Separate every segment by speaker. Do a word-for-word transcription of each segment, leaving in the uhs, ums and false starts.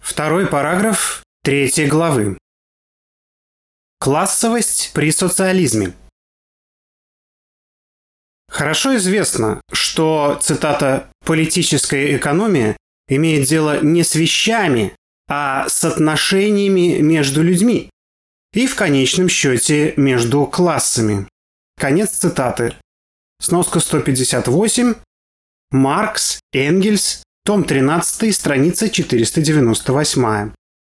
Speaker 1: Второй параграф третьей главы. Классовость при социализме. Хорошо известно, что, цитата, «политическая экономия имеет дело не с вещами, а с отношениями между людьми и, в конечном счете, между классами». Конец цитаты. Сноска сто пятьдесят восемь. Маркс, Энгельс, том тринадцатый, страница четыреста девяносто восемь.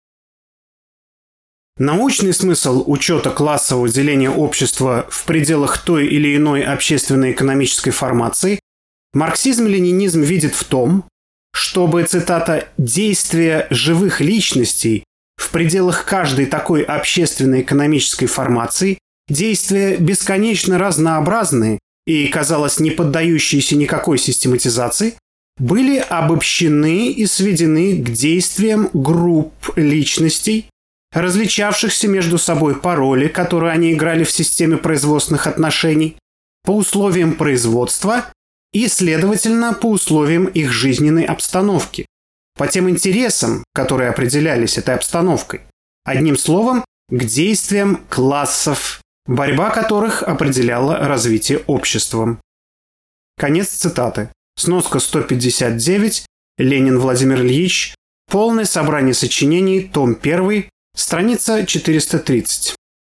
Speaker 1: Научный смысл учета классового деления общества в пределах той или иной общественно-экономической формации марксизм-ленинизм видит в том, чтобы, цитата, «действия живых личностей в пределах каждой такой общественно-экономической формации, действия бесконечно разнообразные и, казалось, не поддающиеся никакой систематизации, были обобщены и сведены к действиям групп личностей, различавшихся между собой по роли, которую они играли в системе производственных отношений, по условиям производства и, следовательно, по условиям их жизненной обстановки, по тем интересам, которые определялись этой обстановкой. Одним словом, к действиям классов, борьба которых определяла развитие общества. Конец цитаты. Сноска сто пятьдесят девять. Ленин Владимир Ильич. Полное собрание сочинений. Том один. Страница четыреста тридцать.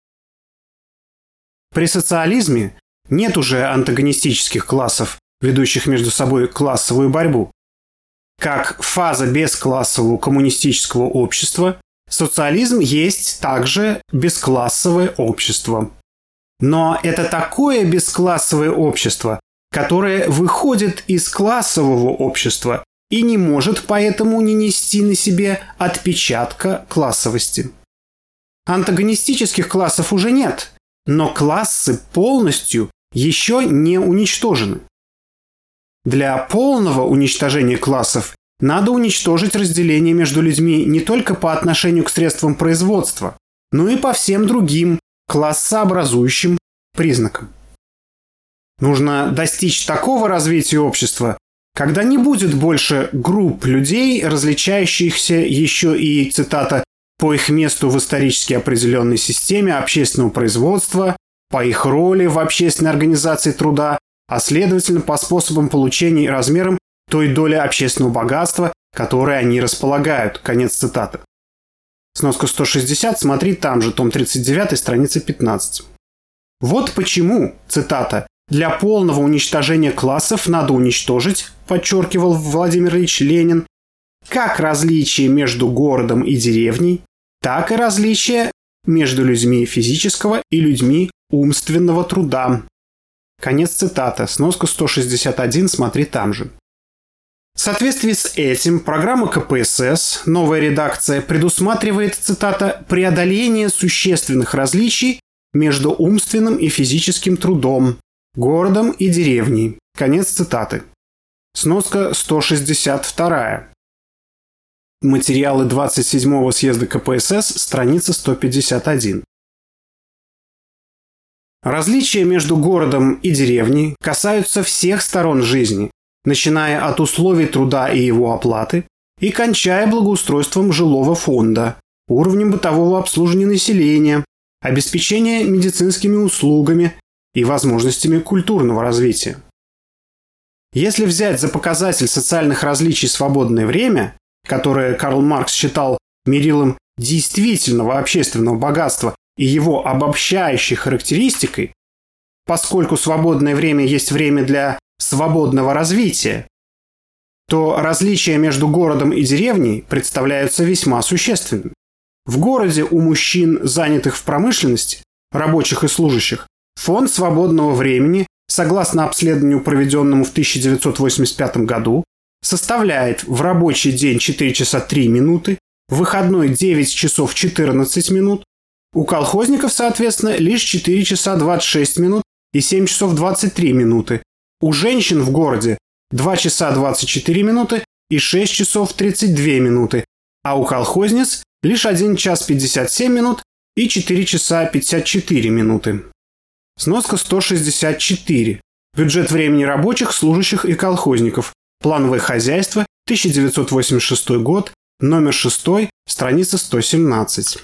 Speaker 1: При социализме нет уже антагонистических классов, ведущих между собой классовую борьбу. Как фаза бесклассового коммунистического общества, социализм есть также бесклассовое общество. Но это такое бесклассовое общество, которое выходит из классового общества и не может поэтому не нести на себе отпечатка классовости. Антагонистических классов уже нет, но классы полностью еще не уничтожены. Для полного уничтожения классов надо уничтожить разделение между людьми не только по отношению к средствам производства, но и по всем другим классообразующим признакам. Нужно достичь такого развития общества, когда не будет больше групп людей, различающихся еще и, цитата, по их месту в исторически определенной системе общественного производства, по их роли в общественной организации труда, а следовательно по способам получения и размерам той доли общественного богатства, которой они располагают. Конец цитаты. Сноска сто шестьдесят, смотри там же, том тридцать девять, страница пятнадцать. Вот почему, цитата, «для полного уничтожения классов надо уничтожить», подчеркивал Владимир Ильич Ленин, как различия между городом и деревней, так и различия между людьми физического и людьми умственного труда. Конец цитаты. Сноска сто шестьдесят один, смотри там же. В соответствии с этим программа ка пэ эс эс, новая редакция, предусматривает, цитата, «преодоление существенных различий между умственным и физическим трудом, городом и деревней». Конец цитаты. Сноска сто шестьдесят два. Материалы двадцать седьмого съезда ка пэ эс эс, страница сто пятьдесят один. Различия между городом и деревней касаются всех сторон жизни, начиная от условий труда и его оплаты и кончая благоустройством жилого фонда, уровнем бытового обслуживания населения, обеспечения медицинскими услугами и возможностями культурного развития. Если взять за показатель социальных различий свободное время, которое Карл Маркс считал мерилом действительного общественного богатства и его обобщающей характеристикой, поскольку свободное время есть время для свободного развития, то различия между городом и деревней представляются весьма существенными. В городе у мужчин, занятых в промышленности, рабочих и служащих, фонд свободного времени, согласно обследованию, проведенному в тысяча девятьсот восемьдесят пятом году, составляет в рабочий день четыре часа три минуты, в выходной девять часов четырнадцать минут, у колхозников, соответственно, лишь четыре часа двадцать шесть минут и семь часов двадцать три минуты, у женщин в городе два часа двадцать четыре минуты и шесть часов тридцать две минуты, а у колхозниц лишь один час пятьдесят семь минут и четыре часа пятьдесят четыре минуты. Сноска сто шестьдесят четыре. Бюджет времени рабочих, служащих и колхозников. Плановое хозяйство, тысяча девятьсот восемьдесят шестой год. номер шесть, страница сто семнадцать.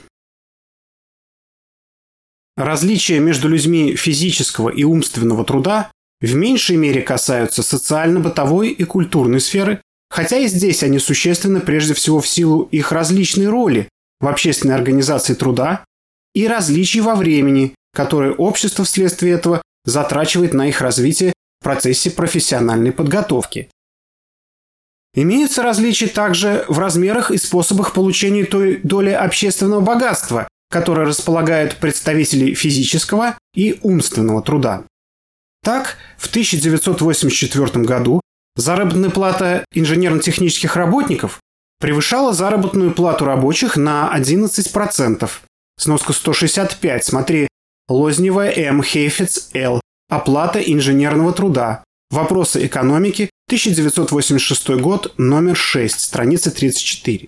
Speaker 1: Различия между людьми физического и умственного труда в меньшей мере касаются социально-бытовой и культурной сферы, хотя и здесь они существенны прежде всего в силу их различной роли в общественной организации труда и различий во времени, которые общество вследствие этого затрачивает на их развитие в процессе профессиональной подготовки. Имеются различия также в размерах и способах получения той доли общественного богатства, которой располагают представители физического и умственного труда. Так, в тысяча девятьсот восемьдесят четвёртом году заработная плата инженерно-технических работников превышала заработную плату рабочих на одиннадцать процентов. Сноска сто шестьдесят пять. Смотри, Лознева М. Хейфец Л. Оплата инженерного труда. Вопросы экономики. тысяча девятьсот восемьдесят шестой год. Номер шесть. Страница тридцать четыре.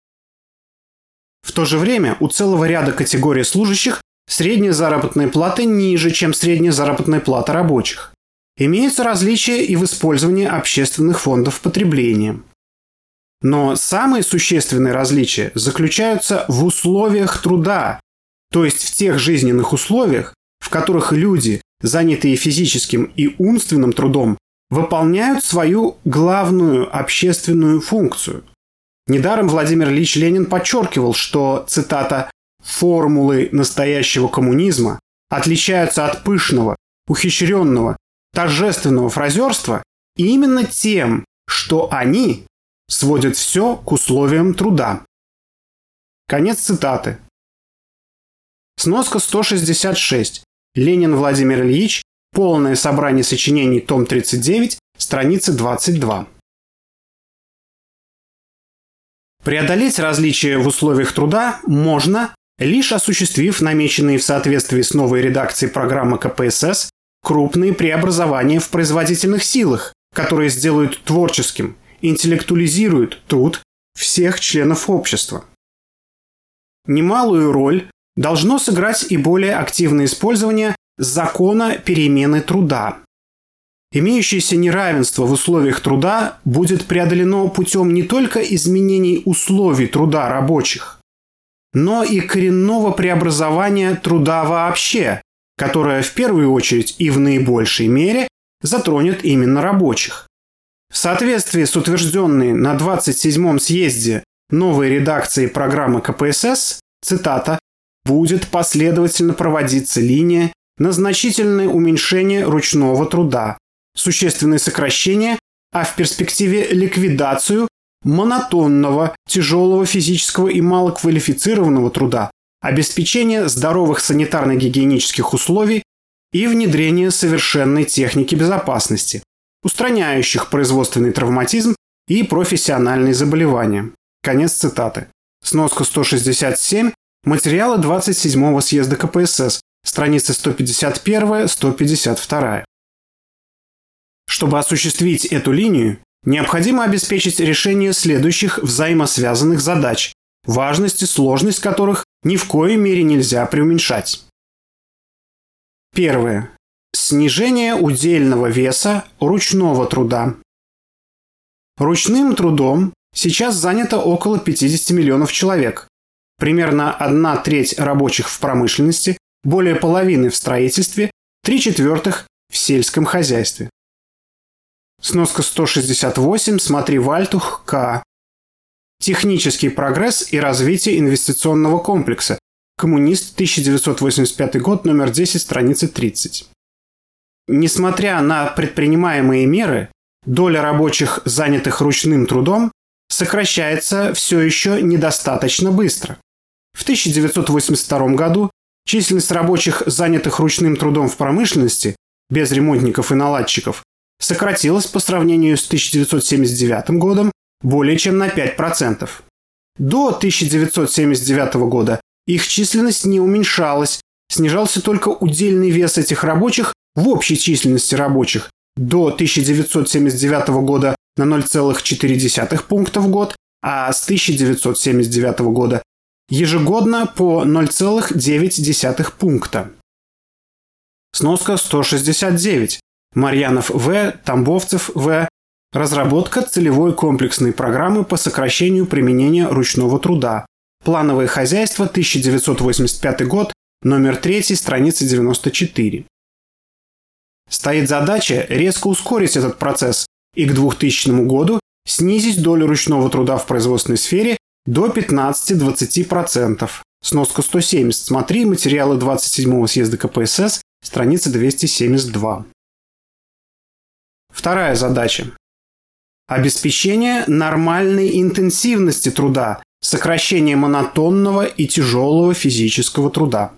Speaker 1: В то же время у целого ряда категорий служащих средняя заработная плата ниже, чем средняя заработная плата рабочих. Имеются различия и в использовании общественных фондов потребления. Но самые существенные различия заключаются в условиях труда, то есть в тех жизненных условиях, в которых люди, занятые физическим и умственным трудом, выполняют свою главную общественную функцию. Недаром Владимир Ильич Ленин подчеркивал, что, цитата, «формулы настоящего коммунизма отличаются от пышного, ухищренного, торжественного фразерства именно тем, что они сводят все к условиям труда». Конец цитаты. Сноска сто шестьдесят шесть. Ленин Владимир Ильич. Полное собрание сочинений. Том тридцать девять. Страница двадцать два. Преодолеть различия в условиях труда можно, лишь осуществив намеченные в соответствии с новой редакцией программы ка пэ эс эс крупные преобразования в производительных силах, которые сделают творческим, интеллектуализируют труд всех членов общества. Немалую роль должно сыграть и более активное использование закона перемены труда. Имеющееся неравенство в условиях труда будет преодолено путем не только изменений условий труда рабочих, но и коренного преобразования труда вообще, которое в первую очередь и в наибольшей мере затронет именно рабочих. В соответствии с утвержденной на двадцать седьмом съезде новой редакцией программы ка пэ эс эс, цитата, «будет последовательно проводиться линия на значительное уменьшение ручного труда, существенное сокращение, а в перспективе ликвидацию монотонного, тяжелого физического и малоквалифицированного труда, обеспечение здоровых санитарно-гигиенических условий и внедрение совершенной техники безопасности, устраняющих производственный травматизм и профессиональные заболевания». Конец цитаты. Сноска сто шестьдесят семь. Материалы двадцать седьмого съезда ка пэ эс эс. Страницы сто пятьдесят один - сто пятьдесят два. Чтобы осуществить эту линию, необходимо обеспечить решение следующих взаимосвязанных задач, важность и сложность которых ни в коей мере нельзя преуменьшать. Первое. Снижение удельного веса ручного труда. Ручным трудом сейчас занято около пятьдесят миллионов человек. Примерно одна треть рабочих в промышленности, более половины в строительстве, три четвертых в сельском хозяйстве. Сноска сто шестьдесят восемь. Смотри Вальтух К. Технический прогресс и развитие инвестиционного комплекса. Коммунист, тысяча девятьсот восемьдесят пятый год, номер десять, страница тридцать. Несмотря на предпринимаемые меры, доля рабочих, занятых ручным трудом, сокращается все еще недостаточно быстро. В тысяча девятьсот восемьдесят втором году численность рабочих, занятых ручным трудом в промышленности, без ремонтников и наладчиков, сократилась по сравнению с тысяча девятьсот семьдесят девятым годом более чем на пять процентов. До тысяча девятьсот семьдесят девятого года их численность не уменьшалась, снижался только удельный вес этих рабочих в общей численности рабочих до тысяча девятьсот семьдесят девятого года на ноль целых четыре десятых пункта в год, а с тысяча девятьсот семьдесят девятого года ежегодно по ноль целых девять десятых пункта. Сноска сто шестьдесят девять. Марьянов В., Тамбовцев В., Разработка целевой комплексной программы по сокращению применения ручного труда. Плановое хозяйство, тысяча девятьсот восемьдесят пятый год, номер три, страница девяносто четыре. Стоит задача резко ускорить этот процесс и к двухтысячному году снизить долю ручного труда в производственной сфере до пятнадцати-двадцати процентов. Сноска сто семьдесят. Смотри материалы двадцать седьмого съезда ка пэ эс эс, страница двести семьдесят два. Вторая задача. Обеспечение нормальной интенсивности труда, сокращение монотонного и тяжелого физического труда.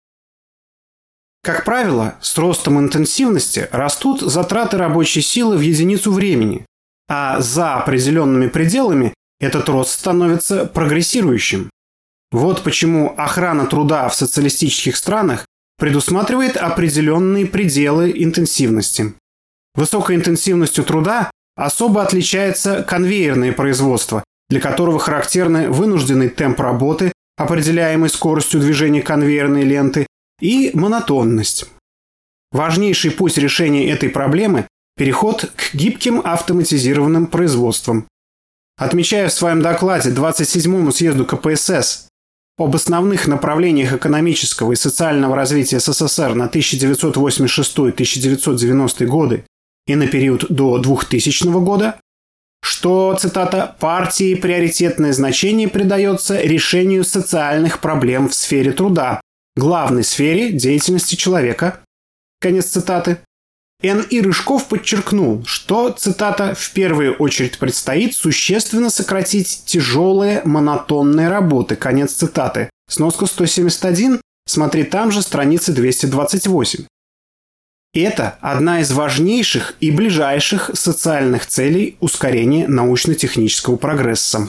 Speaker 1: Как правило, с ростом интенсивности растут затраты рабочей силы в единицу времени, а за определенными пределами этот рост становится прогрессирующим. Вот почему охрана труда в социалистических странах предусматривает определенные пределы интенсивности. Высокой интенсивностью труда особо отличается конвейерное производство, для которого характерны вынужденный темп работы, определяемый скоростью движения конвейерной ленты, и монотонность. Важнейший путь решения этой проблемы – переход к гибким автоматизированным производствам. Отмечая в своем докладе двадцать седьмому съезду ка пэ эс эс об основных направлениях экономического и социального развития эс эс эс эр на тысяча девятьсот восемьдесят шестой — тысяча девятьсот девяностый годы и на период до двухтысячного года, что, цитата, «партии приоритетное значение придается решению социальных проблем в сфере труда, главной сфере деятельности человека». Конец цитаты. Н И Рыжков подчеркнул, что, цитата, «в первую очередь предстоит существенно сократить тяжелые монотонные работы». Конец цитаты. Сноска сто семьдесят один, смотри там же, страница двести двадцать восемь. Это одна из важнейших и ближайших социальных целей ускорения научно-технического прогресса.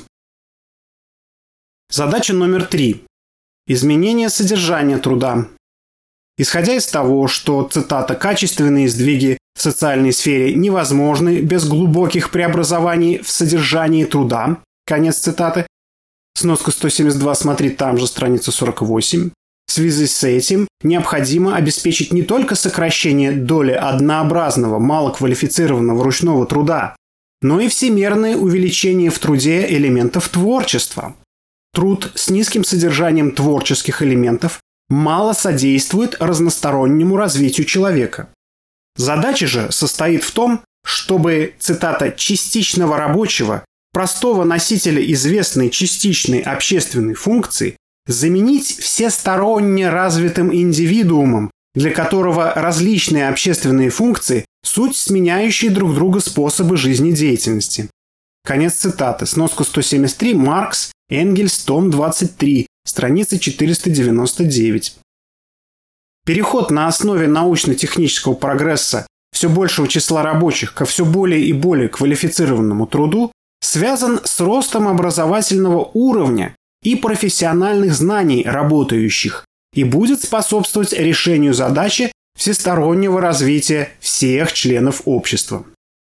Speaker 1: Задача номер три. Изменение содержания труда. Исходя из того, что, цитата, «качественные сдвиги в социальной сфере невозможны без глубоких преобразований в содержании труда», конец цитаты, сноска сто семьдесят два, смотри там же, страница сорок восемь, в связи с этим необходимо обеспечить не только сокращение доли однообразного, малоквалифицированного ручного труда, но и всемерное увеличение в труде элементов творчества. Труд с низким содержанием творческих элементов мало содействует разностороннему развитию человека. Задача же состоит в том, чтобы, цитата, «частичного рабочего, простого носителя известной частичной общественной функции заменить всесторонне развитым индивидуумом, для которого различные общественные функции – суть сменяющие друг друга способы жизнедеятельности». Конец цитаты. Сноска сто семьдесят три, Маркс, Энгельс, том двадцать три, страница четыреста девяносто девять. Переход на основе научно-технического прогресса все большего числа рабочих ко все более и более квалифицированному труду связан с ростом образовательного уровня и профессиональных знаний работающих и будет способствовать решению задачи всестороннего развития всех членов общества.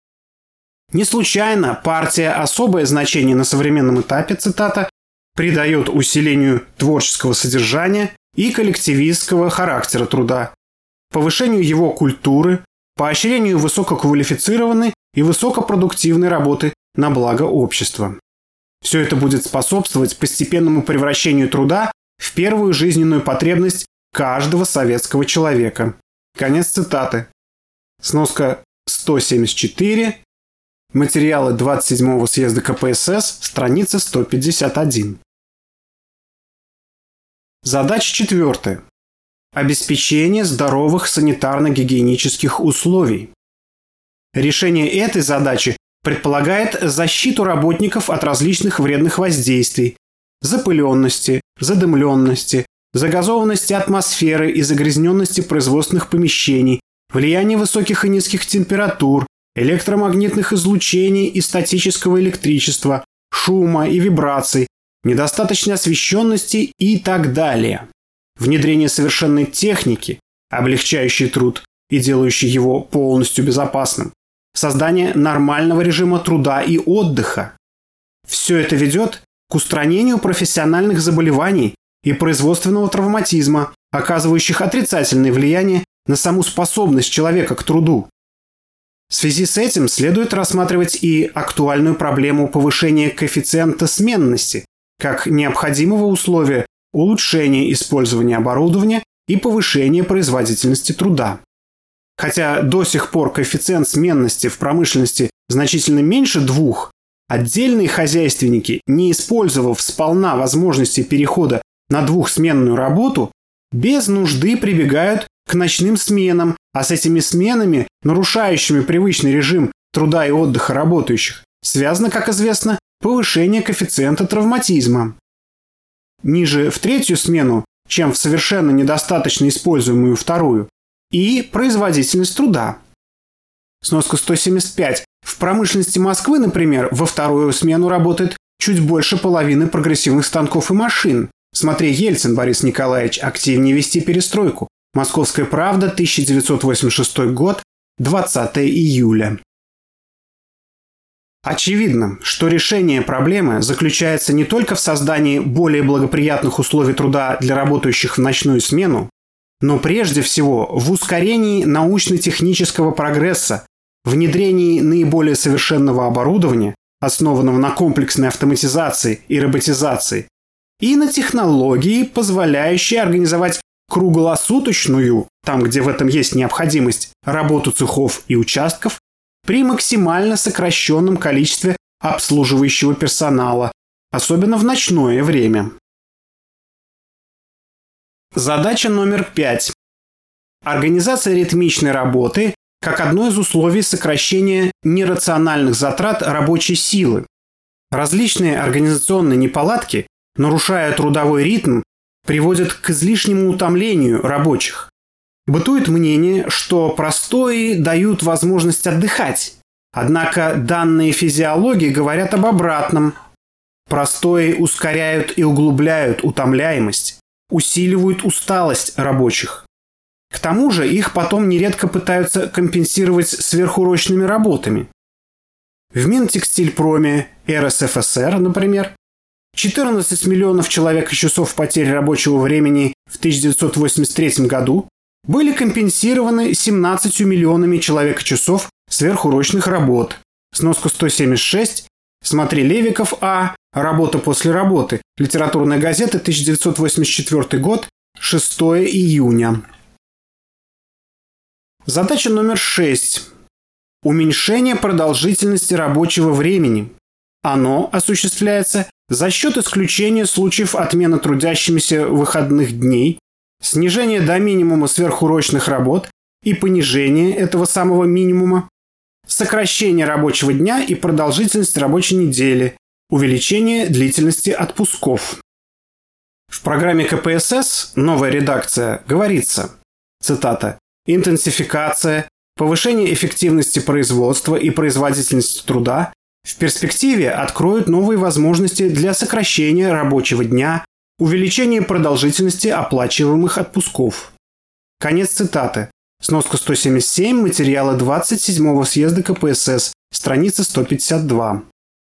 Speaker 1: Не случайно партия особое значение на современном этапе, цитата, придает усилению творческого содержания и коллективистского характера труда, повышению его культуры, поощрению высококвалифицированной и высокопродуктивной работы на благо общества. Все это будет способствовать постепенному превращению труда в первую жизненную потребность каждого советского человека. Конец цитаты. Сноска сто семьдесят четыре, материалы двадцать седьмого съезда ка пэ эс эс, страница сто пятьдесят один. Задача четвертая. Обеспечение здоровых санитарно-гигиенических условий. Решение этой задачи предполагает защиту работников от различных вредных воздействий, запыленности, задымленности, загазованности атмосферы и загрязненности производственных помещений, влияния высоких и низких температур, электромагнитных излучений и статического электричества, шума и вибраций, недостаточной освещенности и так далее. Внедрение совершенной техники, облегчающей труд и делающей его полностью безопасным. Создание нормального режима труда и отдыха. Все это ведет к устранению профессиональных заболеваний и производственного травматизма, оказывающих отрицательное влияние на саму способность человека к труду. В связи с этим следует рассматривать и актуальную проблему повышения коэффициента сменности как необходимого условия улучшения использования оборудования и повышения производительности труда. Хотя до сих пор коэффициент сменности в промышленности значительно меньше двух, отдельные хозяйственники, не использовав сполна возможности перехода на двухсменную работу, без нужды прибегают к ночным сменам, а с этими сменами, нарушающими привычный режим труда и отдыха работающих, связано, как известно, повышение коэффициента травматизма. Ниже в третью смену, чем в совершенно недостаточно используемую вторую, и производительность труда. Сноска сто семьдесят пять. В промышленности Москвы, например, во вторую смену работает чуть больше половины прогрессивных станков и машин. Смотри, Ельцин Борис Николаевич, активнее вести перестройку. Московская правда, тысяча девятьсот восемьдесят шестой год, двадцатое июля. Очевидно, что решение проблемы заключается не только в создании более благоприятных условий труда для работающих в ночную смену, но прежде всего в ускорении научно-технического прогресса, внедрении наиболее совершенного оборудования, основанного на комплексной автоматизации и роботизации, и на технологии, позволяющей организовать круглосуточную, там, где в этом есть необходимость, работу цехов и участков при максимально сокращенном количестве обслуживающего персонала, особенно в ночное время. Задача номер пять. Организация ритмичной работы как одно из условий сокращения нерациональных затрат рабочей силы. Различные организационные неполадки, нарушая трудовой ритм, приводят к излишнему утомлению рабочих. Бытует мнение, что простои дают возможность отдыхать. Однако данные физиологии говорят об обратном. Простои ускоряют и углубляют утомляемость, усиливают усталость рабочих. К тому же их потом нередко пытаются компенсировать сверхурочными работами. В Минтекстильпроме эр эс эф эс эр, например, четырнадцать миллионов человека-часов потери рабочего времени в тысяча девятьсот восемьдесят третьем году были компенсированы семнадцатью миллионами человека-часов сверхурочных работ. Сноска сто семьдесят шесть. Смотри Левиков А. Работа после работы. Литературная газета, тысяча девятьсот восемьдесят четвёртый год, шестое июня. Задача номер шесть. Уменьшение продолжительности рабочего времени. Оно осуществляется за счет исключения случаев отмены трудящимися выходных дней, снижения до минимума сверхурочных работ и понижения этого самого минимума, сокращения рабочего дня и продолжительности рабочей недели, увеличение длительности отпусков. В программе ка пэ эс эс «Новая редакция» говорится, цитата, «Интенсификация, повышение эффективности производства и производительности труда в перспективе откроют новые возможности для сокращения рабочего дня, увеличения продолжительности оплачиваемых отпусков». Конец цитаты. Сноска сто семьдесят семь, материалы двадцать седьмого съезда ка пэ эс эс, страница сто пятьдесят два.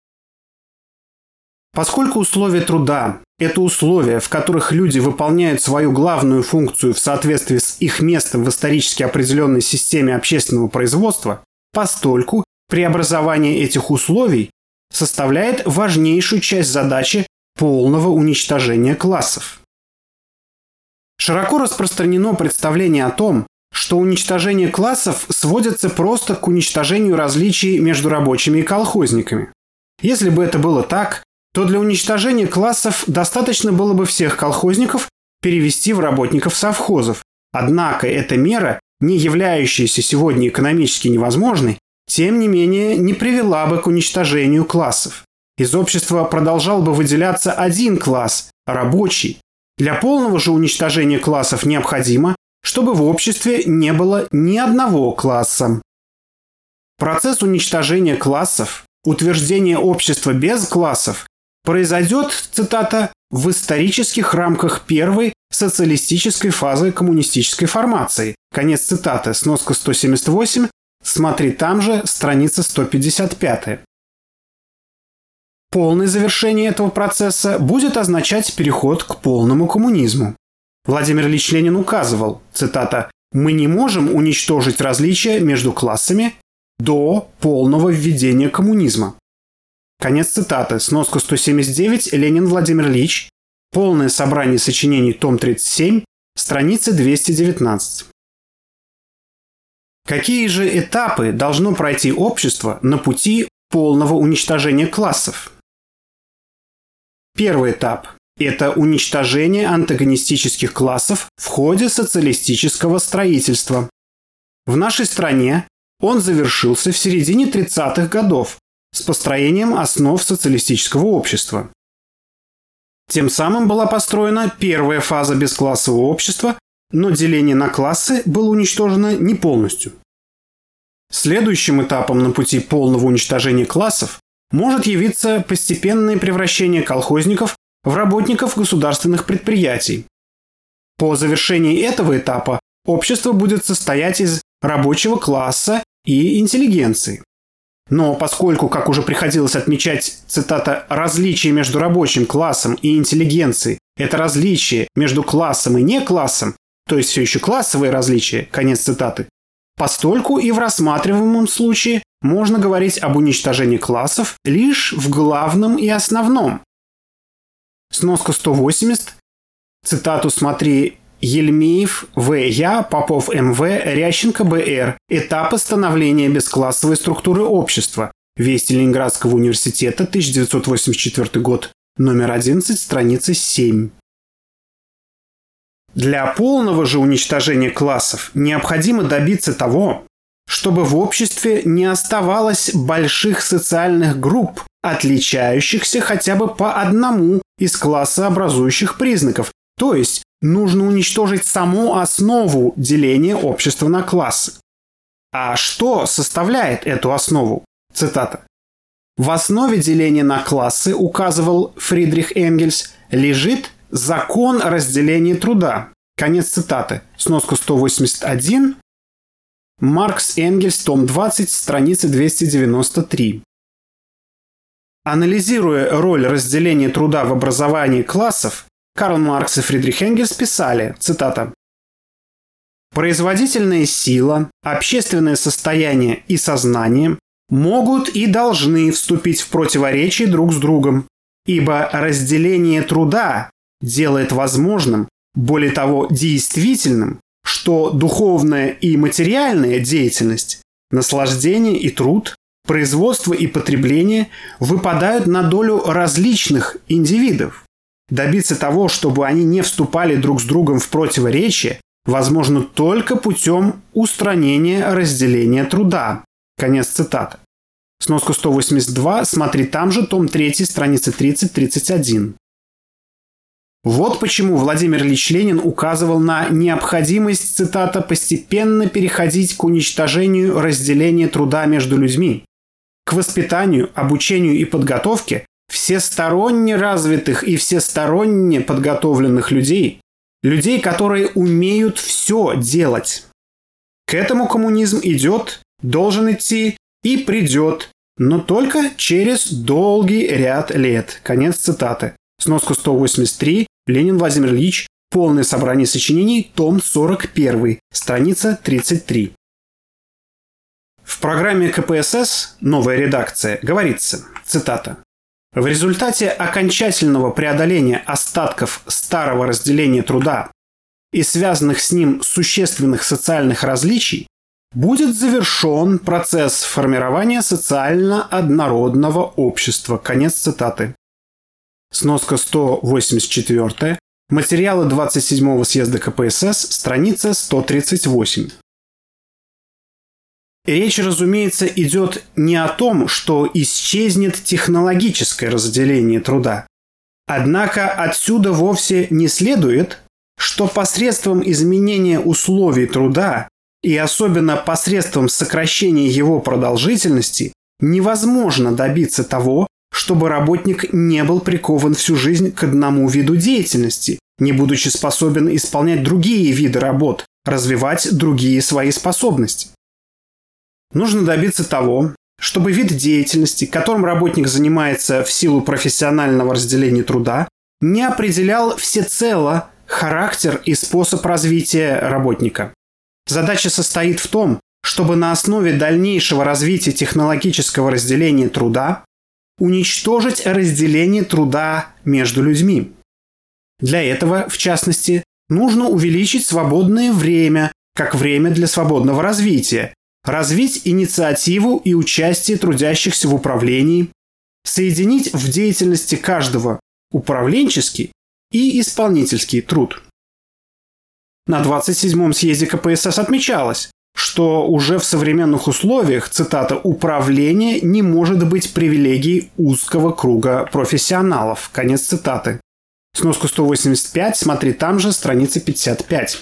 Speaker 1: Поскольку условия труда – это условия, в которых люди выполняют свою главную функцию в соответствии с их местом в исторически определенной системе общественного производства, постольку преобразование этих условий составляет важнейшую часть задачи полного уничтожения классов. Широко распространено представление о том, что уничтожение классов сводится просто к уничтожению различий между рабочими и колхозниками. Если бы это было так, то для уничтожения классов достаточно было бы всех колхозников перевести в работников совхозов. Однако эта мера, не являющаяся сегодня экономически невозможной, тем не менее не привела бы к уничтожению классов. Из общества продолжал бы выделяться один класс – рабочий. Для полного же уничтожения классов необходимо, чтобы в обществе не было ни одного класса. Процесс уничтожения классов, утверждение общества без классов произойдет, цитата, в исторических рамках первой социалистической фазы коммунистической формации. Конец цитаты. Сноска сто семьдесят восемь. Смотри там же, страница сто пятьдесят пять. Полное завершение этого процесса будет означать переход к полному коммунизму. Владимир Ильич Ленин указывал, цитата, «Мы не можем уничтожить различия между классами, до полного введения коммунизма. Конец цитаты. Сноска сто семьдесят девять. Ленин Владимир Ильич. Полное собрание сочинений, том тридцать семь, страница двести девятнадцать. Какие же этапы должно пройти общество на пути полного уничтожения классов? Первый этап – это уничтожение антагонистических классов в ходе социалистического строительства. В нашей стране он завершился в середине тридцатых годов с построением основ социалистического общества. Тем самым была построена первая фаза бесклассового общества, но деление на классы было уничтожено не полностью. Следующим этапом на пути полного уничтожения классов может явиться постепенное превращение колхозников в работников государственных предприятий. По завершении этого этапа общество будет состоять из рабочего класса и интеллигенции. Но поскольку, как уже приходилось отмечать, цитата, «различие между рабочим классом и интеллигенцией – это различие между классом и не классом, то есть все еще классовые различия», конец цитаты, постольку и в рассматриваемом случае можно говорить об уничтожении классов лишь в главном и основном. Сноска сто восемьдесят. Цитату смотри Ельмеев В. Я, Попов М В, Рященко Б Р. Этапы становления бесклассовой структуры общества. Вести Ленинградского университета, тысяча девятьсот восемьдесят четвёртый год. Номер одиннадцать, страница семь. Для полного же уничтожения классов необходимо добиться того, чтобы в обществе не оставалось больших социальных групп, отличающихся хотя бы по одному из классообразующих признаков, то есть нужно уничтожить саму основу деления общества на классы. А что составляет эту основу? Цитата. «В основе деления на классы, указывал Фридрих Энгельс, лежит закон разделения труда». Конец цитаты. Сноска сто восемьдесят один. Маркс Энгельс, том двадцать, страница двести девяносто три. Анализируя роль разделения труда в образовании классов, Карл Маркс и Фридрих Энгельс писали, цитата, «Производительная сила, общественное состояние и сознание могут и должны вступить в противоречие друг с другом, ибо разделение труда делает возможным, более того, действительным, что духовная и материальная деятельность, наслаждение и труд, производство и потребление выпадают на долю различных индивидов. Добиться того, чтобы они не вступали друг с другом в противоречие, возможно только путем устранения разделения труда». Конец цитаты. Сноска сто восемьдесят два, смотри там же, том три, страница тридцать тридцать один. Вот почему Владимир Ильич Ленин указывал на необходимость, цитата, «постепенно переходить к уничтожению разделения труда между людьми, к воспитанию, обучению и подготовке всесторонне развитых и всесторонне подготовленных людей, людей, которые умеют все делать. К этому коммунизм идет, должен идти и придет, но только через долгий ряд лет». Конец цитаты. Сноска сто восемьдесят три. Ленин Владимир Ильич. Полное собрание сочинений. Том сорок один. Страница тридцать три. В программе ка пэ эс эс «Новая редакция» говорится, цитата, «В результате окончательного преодоления остатков старого разделения труда и связанных с ним существенных социальных различий будет завершен процесс формирования социально однородного общества». Конец цитаты. Сноска сто восемьдесят четыре. Материалы двадцать седьмого съезда ка пэ эс эс, страница сто тридцать восемь. Речь, разумеется, идет не о том, что исчезнет технологическое разделение труда. Однако отсюда вовсе не следует, что посредством изменения условий труда и особенно посредством сокращения его продолжительности невозможно добиться того, чтобы работник не был прикован всю жизнь к одному виду деятельности, не будучи способен исполнять другие виды работ, развивать другие свои способности. Нужно добиться того, чтобы вид деятельности, которым работник занимается в силу профессионального разделения труда, не определял всецело характер и способ развития работника. Задача состоит в том, чтобы на основе дальнейшего развития технологического разделения труда уничтожить разделение труда между людьми. Для этого, в частности, нужно увеличить свободное время, как время для свободного развития, развить инициативу и участие трудящихся в управлении, соединить в деятельности каждого управленческий и исполнительский труд. На двадцать седьмом съезде ка пэ эс эс отмечалось, что уже в современных условиях, цитата, «управление не может быть привилегией узкого круга профессионалов». Конец цитаты. Сноска сто восемьдесят пять, смотри там же, страница пятьдесят пять.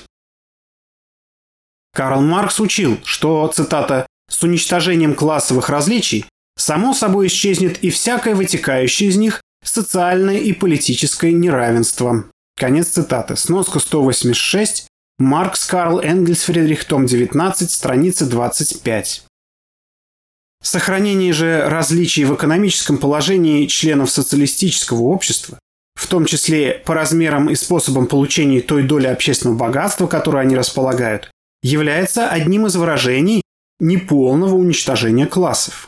Speaker 1: Карл Маркс учил, что, цитата, «с уничтожением классовых различий само собой исчезнет и всякое вытекающее из них социальное и политическое неравенство». Конец цитаты. Сноска сто восемьдесят шесть. Маркс, Карл, Энгельс, Фридрих, том девятнадцать, страница двадцать пять. Сохранение же различий в экономическом положении членов социалистического общества, в том числе по размерам и способам получения той доли общественного богатства, которой они располагают, является одним из выражений неполного уничтожения классов.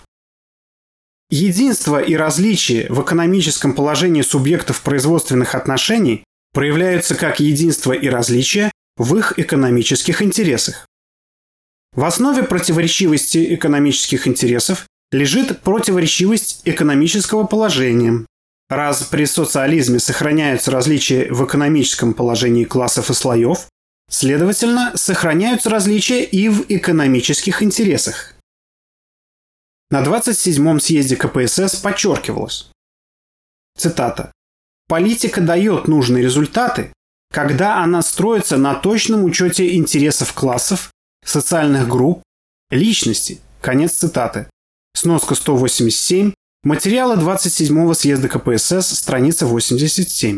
Speaker 1: Единство и различие в экономическом положении субъектов производственных отношений проявляются как единство и различие в их экономических интересах. В основе противоречивости экономических интересов лежит противоречивость экономического положения. Раз при социализме сохраняются различия в экономическом положении классов и слоев, следовательно, сохраняются различия и в экономических интересах. На двадцать седьмом съезде ка пэ эс эс подчеркивалось, цитата, «Политика дает нужные результаты, когда она строится на точном учете интересов классов, социальных групп, личностей». Конец цитаты. Сноска сто восемьдесят семь. Материалы двадцать седьмого съезда ка пэ эс эс, страница восемьдесят семь.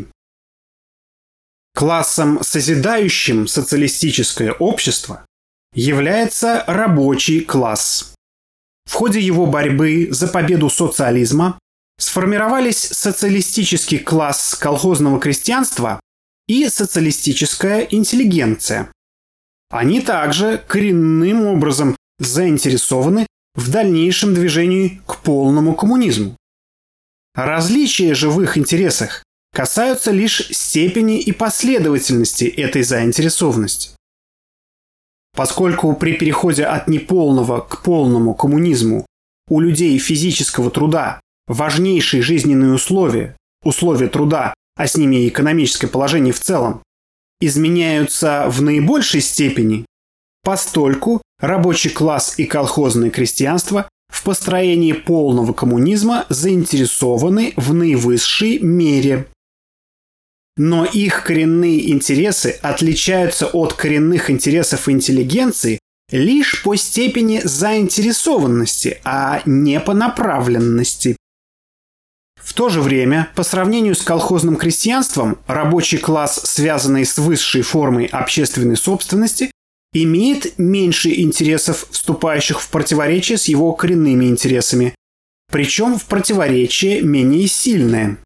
Speaker 1: Классом, созидающим социалистическое общество, является рабочий класс. В ходе его борьбы за победу социализма сформировались социалистический класс колхозного крестьянства и социалистическая интеллигенция. Они также коренным образом заинтересованы в дальнейшем движении к полному коммунизму. Различия же в их интересах касаются лишь степени и последовательности этой заинтересованности. Поскольку при переходе от неполного к полному коммунизму у людей физического труда важнейшие жизненные условия, условия труда, а с ними и экономическое положение в целом, изменяются в наибольшей степени, постольку рабочий класс и колхозное крестьянство в построении полного коммунизма заинтересованы в наивысшей мере. Но их коренные интересы отличаются от коренных интересов интеллигенции лишь по степени заинтересованности, а не по направленности. В то же время, по сравнению с колхозным крестьянством, рабочий класс, связанный с высшей формой общественной собственности, имеет меньше интересов, вступающих в противоречие с его коренными интересами, причем в противоречие менее сильное.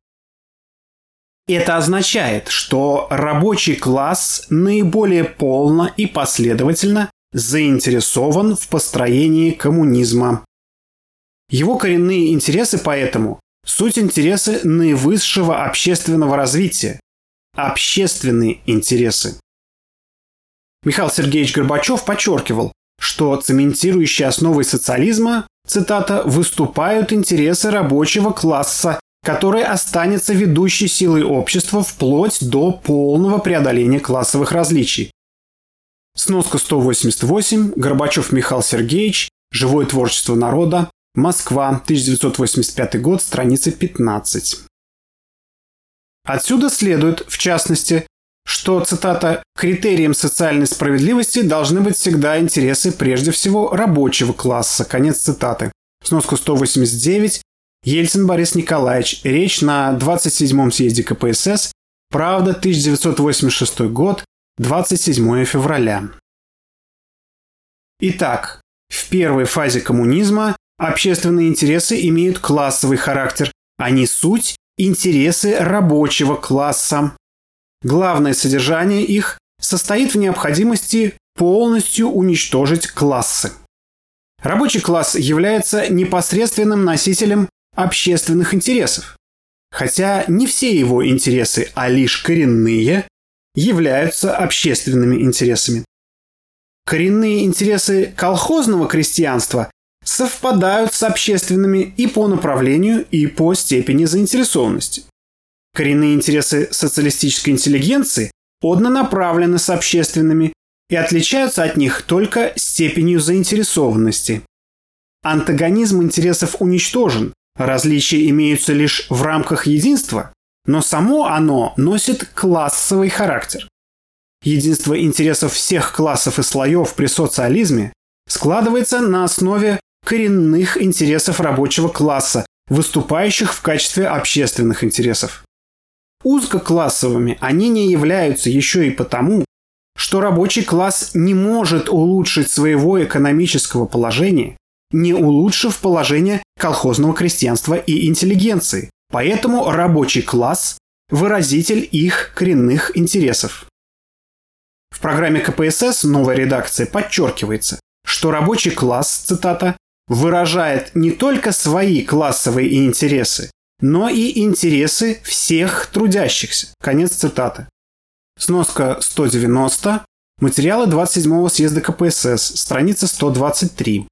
Speaker 1: Это означает, что рабочий класс наиболее полно и последовательно заинтересован в построении коммунизма. Его коренные интересы поэтому – суть интересы наивысшего общественного развития, общественные интересы. Михаил Сергеевич Горбачев подчеркивал, что цементирующей основой социализма, цитата, «выступают интересы рабочего класса, который останется ведущей силой общества вплоть до полного преодоления классовых различий». Сноска сто восемьдесят восемь. Горбачев Михаил Сергеевич. Живое творчество народа. Москва. тысяча девятьсот восемьдесят пятый год. Страница пятнадцать. Отсюда следует, в частности, что, цитата, «критерием социальной справедливости должны быть всегда интересы прежде всего рабочего класса». Конец цитаты. Сноска сто восемьдесят девять. Ельцин Борис Николаевич. Речь на двадцать седьмом съезде ка пэ эс эс. Правда, тысяча девятьсот восемьдесят шестой год. двадцать седьмого февраля. Итак, в первой фазе коммунизма общественные интересы имеют классовый характер, они суть интересы рабочего класса. Главное содержание их состоит в необходимости полностью уничтожить классы. Рабочий класс является непосредственным носителем общественных интересов, хотя не все его интересы, а лишь коренные, являются общественными интересами. Коренные интересы колхозного крестьянства совпадают с общественными и по направлению, и по степени заинтересованности. Коренные интересы социалистической интеллигенции однонаправлены с общественными и отличаются от них только степенью заинтересованности. Антагонизм интересов уничтожен, различия имеются лишь в рамках единства, но само оно носит классовый характер. Единство интересов всех классов и слоев при социализме складывается на основе коренных интересов рабочего класса, выступающих в качестве общественных интересов. Узкоклассовыми они не являются еще и потому, что рабочий класс не может улучшить своего экономического положения, не улучшив положение колхозного крестьянства и интеллигенции. Поэтому рабочий класс – выразитель их коренных интересов. В программе ка пэ эс эс новой редакции подчеркивается, что рабочий класс, цитата, выражает не только свои классовые интересы, но и интересы всех трудящихся. Конец цитаты. Сноска сто девяносто. Материалы двадцать седьмого съезда ка пэ эс эс. Страница сто двадцать три.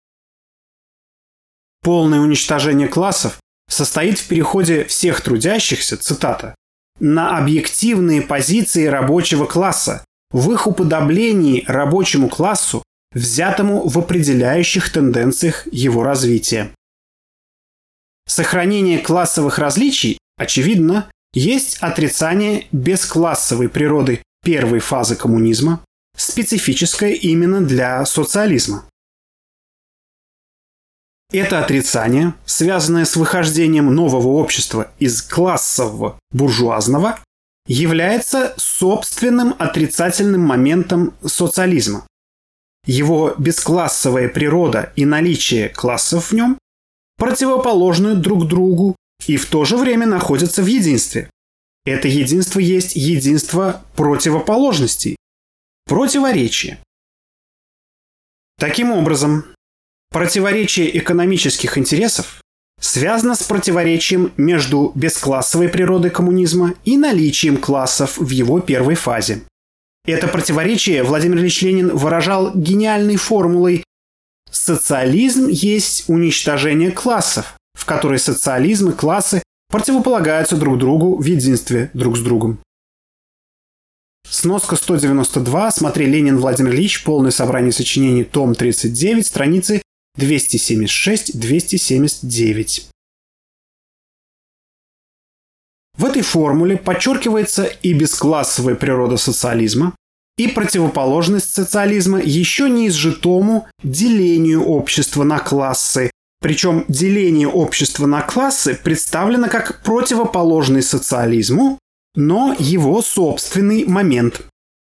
Speaker 1: Полное уничтожение классов состоит в переходе всех трудящихся, цитата, на объективные позиции рабочего класса, в их уподоблении рабочему классу, взятому в определяющих тенденциях его развития. Сохранение классовых различий, очевидно, есть отрицание бесклассовой природы первой фазы коммунизма, специфическое именно для социализма. Это отрицание, связанное с выхождением нового общества из классового буржуазного, является собственным отрицательным моментом социализма. Его бесклассовая природа и наличие классов в нем противоположны друг другу и в то же время находятся в единстве. Это единство есть единство противоположностей, противоречие. Таким образом, противоречие экономических интересов связано с противоречием между бесклассовой природой коммунизма и наличием классов в его первой фазе. Это противоречие Владимир Ильич Ленин выражал гениальной формулой «социализм есть уничтожение классов», в которой социализм и классы противополагаются друг другу в единстве друг с другом. Сноска сто девяносто два. Смотри «Ленин Владимир Ильич. Полное собрание сочинений. Том тридцать девять. Страницы двести семьдесят шесть - двести семьдесят девять. В этой формуле подчеркивается и бесклассовая природа социализма, и противоположность социализма еще не изжитому делению общества на классы. Причем деление общества на классы представлено как противоположный социализму, но его собственный момент.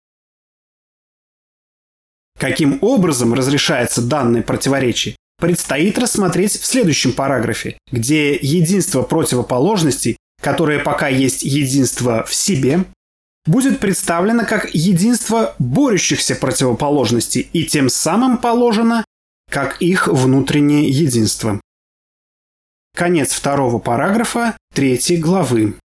Speaker 1: Каким образом разрешается данное противоречие, предстоит рассмотреть в следующем параграфе, где единство противоположностей, которое пока есть единство в себе, будет представлено как единство борющихся противоположностей и тем самым положено как их внутреннее единство. Конец второго параграфа третьей главы.